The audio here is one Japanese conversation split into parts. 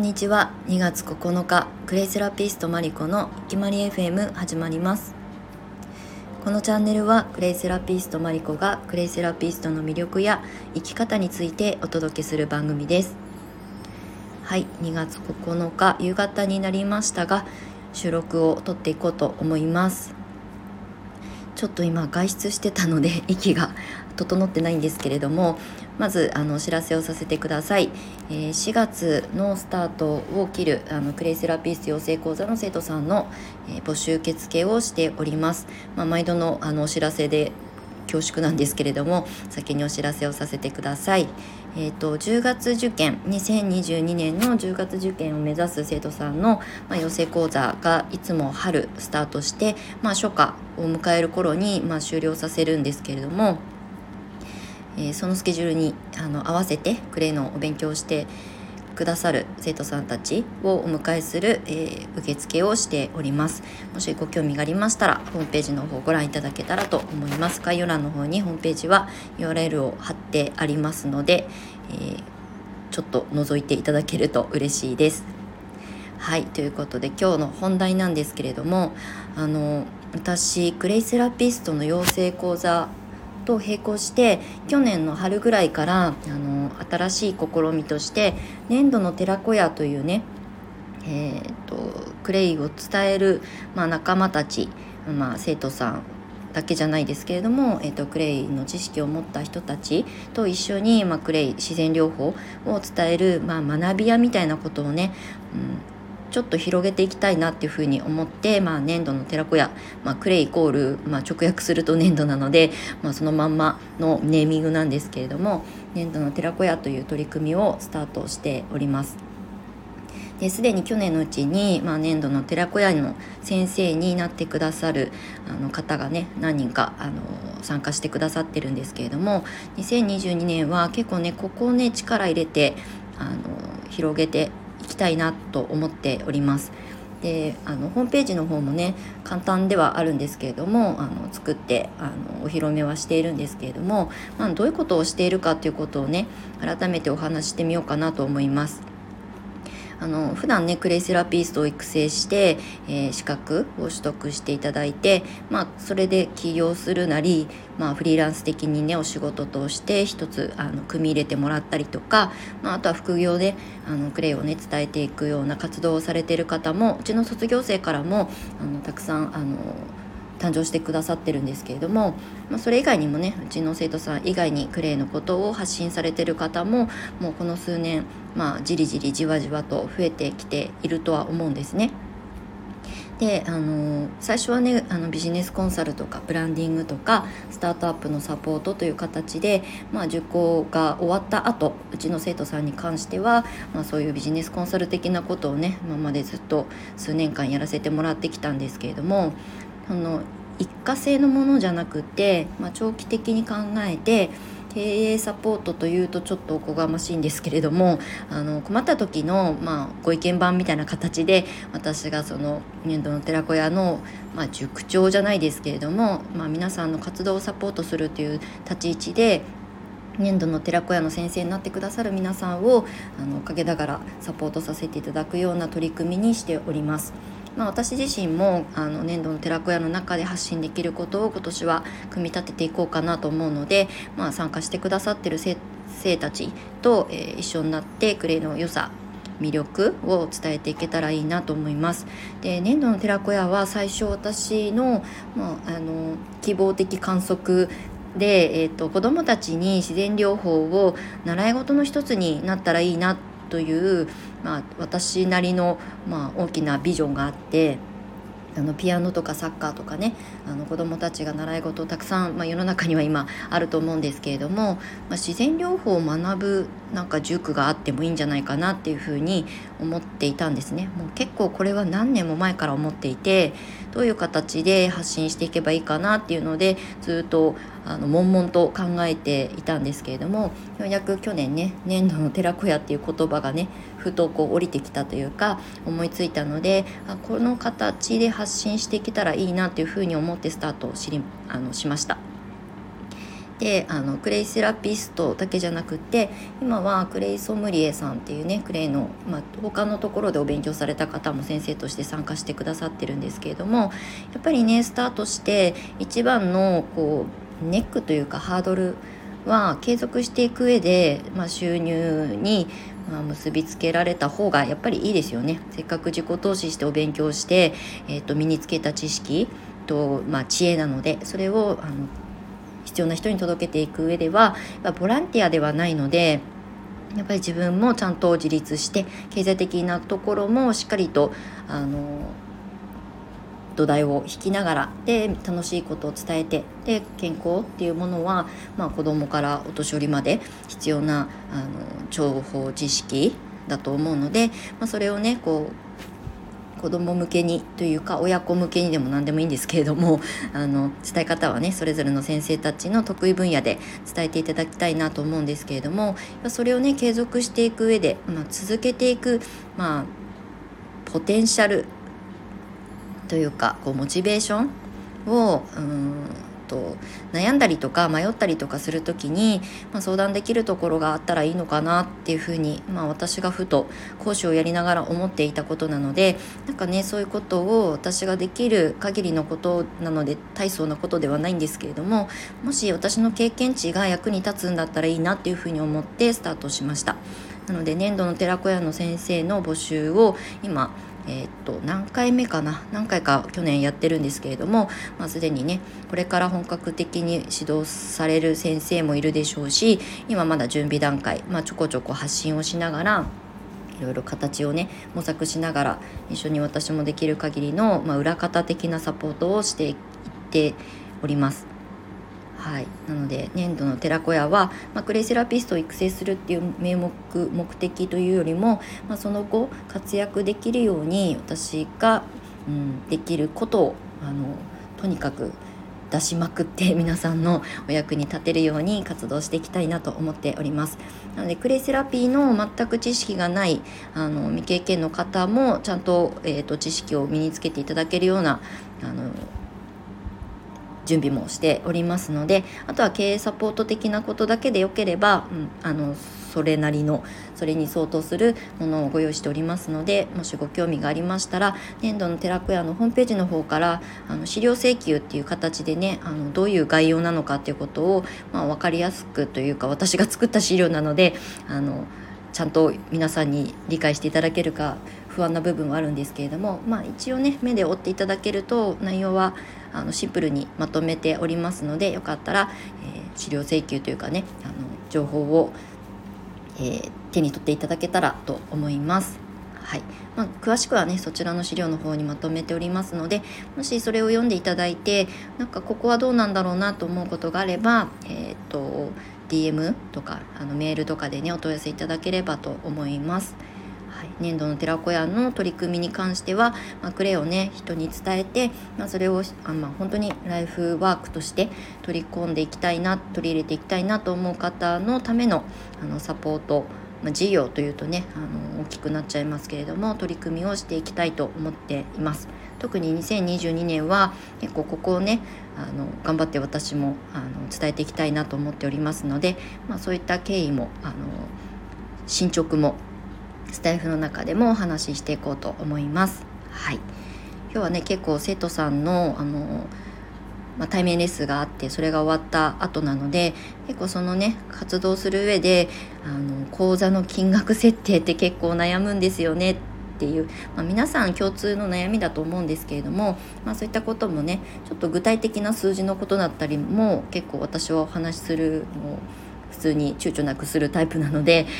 にちは。2月9日、クレイセラピストマリコのいきまり FM 始まります。このチャンネルはクレイセラピストマリコがクレイセラピストの魅力や生き方についてお届けする番組です。はい、2月9日夕方になりましたが、収録を撮っていこうと思います。ちょっと今外出してたので息が整ってないんですけれども、まずお知らせをさせてください。4月のスタートを切るクレイセラピスト養成講座の生徒さんの、募集受付をしております。毎度のお知らせで恐縮なんですけれども、先にお知らせをさせてください。10月受験、2022年の10月受験を目指す生徒さんの、養成講座がいつも春スタートして、初夏を迎える頃に、終了させるんですけれども、そのスケジュールに合わせてクレイのお勉強をしてくださる生徒さんたちをお迎えする、受付をしております。もしご興味がありましたらホームページの方をご覧いただけたらと思います。概要欄の方にホームページは URL を貼ってありますので、ちょっと覗いていただけると嬉しいです。はい、ということで今日の本題なんですけれども、私クレイセラピストの養成講座と並行して去年の春ぐらいから新しい試みとして粘土の寺子屋というね、クレイを伝える、仲間たち、生徒さんだけじゃないですけれども、クレイの知識を持った人たちと一緒に、クレイ自然療法を伝える、学び屋みたいなことをね、ちょっと広げていきたいなっていうふうに思って、粘土の寺子屋、クレイイコール、直訳すると粘土なので、そのまんまのネーミングなんですけれども、粘土の寺子屋という取り組みをスタートしております。ですでに去年のうちに、粘土の寺子屋の先生になってくださる方がね、何人か参加してくださってるんですけれども、2022年は結構ね、ここをね力入れて広げていきたいなと思っております。でホームページの方もね簡単ではあるんですけれども作ってお披露目はしているんですけれども、どういうことをしているかということをね改めてお話ししてみようかなと思います。普段ねクレイセラピストを育成して、資格を取得していただいて、それで起業するなり、フリーランス的にねお仕事として一つ組み入れてもらったりとか、あとは副業でクレイをね伝えていくような活動をされている方もうちの卒業生からもたくさん誕生してくださってるんですけれども、それ以外にもねうちの生徒さん以外にクレイのことを発信されてる方ももうこの数年じりじりじわじわと増えてきているとは思うんですね。で最初はねビジネスコンサルとかブランディングとかスタートアップのサポートという形で、受講が終わった後うちの生徒さんに関しては、そういうビジネスコンサル的なことをね今までずっと数年間やらせてもらってきたんですけれども、一過性のものじゃなくて、長期的に考えて経営サポートというとちょっとおこがましいんですけれども困った時の、ご意見番みたいな形で私がその粘土の寺子屋の、塾長じゃないですけれども、皆さんの活動をサポートするという立ち位置で粘土の寺子屋の先生になってくださる皆さんを陰ながらサポートさせていただくような取り組みにしております。私自身も粘土の寺子屋の中で発信できることを今年は組み立てていこうかなと思うので、参加してくださっている先生たちと、一緒になってクレイの良さ魅力を伝えていけたらいいなと思います。で粘土の寺子屋は最初私の、希望的観測で、子どもたちに自然療法を習い事の一つになったらいいなという、私なりの、大きなビジョンがあって、ピアノとかサッカーとかね子どもたちが習い事をたくさん、世の中には今あると思うんですけれども、自然療法を学ぶ塾があってもいいんじゃないかなっていうふうに思っていたんですね。もう結構これは何年も前から思っていて、どういう形で発信していけばいいかなっていうのでずっと悶々と考えていたんですけれども、ようやく去年ね粘土の寺子屋っていう言葉がねふと降りてきたというか思いついたので、この形で発信していけたらいいなというふうに思ってスタートをしました。 でクレイセラピストだけじゃなくって今はクレイソムリエさんっていうねクレイの、他のところでお勉強された方も先生として参加してくださってるんですけれども、やっぱりねスタートして一番のネックというかハードルは継続していく上で、収入に結びつけられた方がやっぱりいいですよね。せっかく自己投資してお勉強して、身につけた知識と、知恵なので、それを必要な人に届けていく上ではボランティアではないので、やっぱり自分もちゃんと自立して経済的なところもしっかりと土台を引きながらで楽しいことを伝えて、で健康っていうものは、子供からお年寄りまで必要な情報知識だと思うので、それをね子供向けにというか親子向けにでも何でもいいんですけれども、伝え方はねそれぞれの先生たちの得意分野で伝えていただきたいなと思うんですけれども、それをね継続していく上で、続けていく、ポテンシャルというかモチベーションを悩んだりとか迷ったりとかするときに、相談できるところがあったらいいのかなっていうふうに、私がふと講師をやりながら思っていたことなので、そういうことを私ができる限りのことなので大層なことではないんですけれども、もし私の経験値が役に立つんだったらいいなっていうふうに思ってスタートしました。なので年度の寺子屋の先生の募集を今何回か去年やってるんですけれども、すでにねこれから本格的に指導される先生もいるでしょうし、今まだ準備段階、ちょこちょこ発信をしながらいろいろ形をね模索しながら一緒に私もできる限りの、裏方的なサポートをしていっております。なので年度の寺子屋は、クレイセラピストを育成するっていう目的というよりも、その後活躍できるように私が、できることをとにかく出しまくって皆さんのお役に立てるように活動していきたいなと思っております。なのでクレイセラピーの全く知識がない未経験の方もちゃんと、知識を身につけていただけるような準備もしておりますので、あとは経営サポート的なことだけでよければ、それなりのそれに相当するものをご用意しておりますので、もしご興味がありましたら年度の寺子屋のホームページの方から資料請求っていう形でねどういう概要なのかっていうことを、分かりやすくというか、私が作った資料なのでちゃんと皆さんに理解していただけるか不安な部分はあるんですけれども、一応ね目で追っていただけると内容はシンプルにまとめておりますので、よかったら、資料請求というかね情報を、手に取っていただけたらと思います。詳しくはねそちらの資料の方にまとめておりますので、もしそれを読んでいただいてここはどうなんだろうなと思うことがあれば、DM とかメールとかでねお問い合わせいただければと思います。年度の寺子屋の取り組みに関しては、クレイをね人に伝えて、それを本当にライフワークとして取り入れていきたいなと思う方のためのサポート、事業というとね大きくなっちゃいますけれども、取り組みをしていきたいと思っています。特に2022年は結構ここをね頑張って私も伝えていきたいなと思っておりますので、そういった経緯も進捗もスタイフの中でもお話ししていこうと思います。今日はね結構生徒さんの対面レッスンがあって、それが終わった後なので、結構そのね活動する上で講座の金額設定って結構悩むんですよねっていう、皆さん共通の悩みだと思うんですけれども、そういったこともねちょっと具体的な数字のことだったりも結構私はお話しするのを普通に躊躇なくするタイプなので、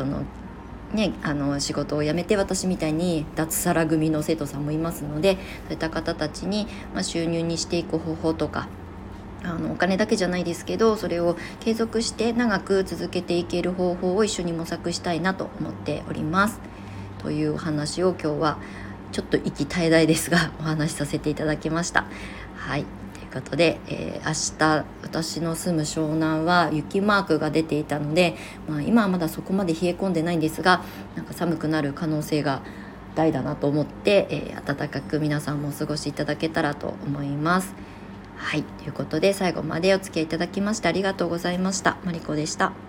仕事を辞めて私みたいに脱サラ組の生徒さんもいますので、そういった方たちに、収入にしていく方法とかお金だけじゃないですけど、それを継続して長く続けていける方法を一緒に模索したいなと思っておりますというお話を今日はちょっと息絶え絶えですがお話しさせていただきました。ということで、明日私の住む湘南は雪マークが出ていたので、今はまだそこまで冷え込んでないんですが、寒くなる可能性が大だなと思って、暖かく皆さんもお過ごしいただけたらと思います。 はい、ということで最後までお付き合いいただきましてありがとうございました。マリコでした。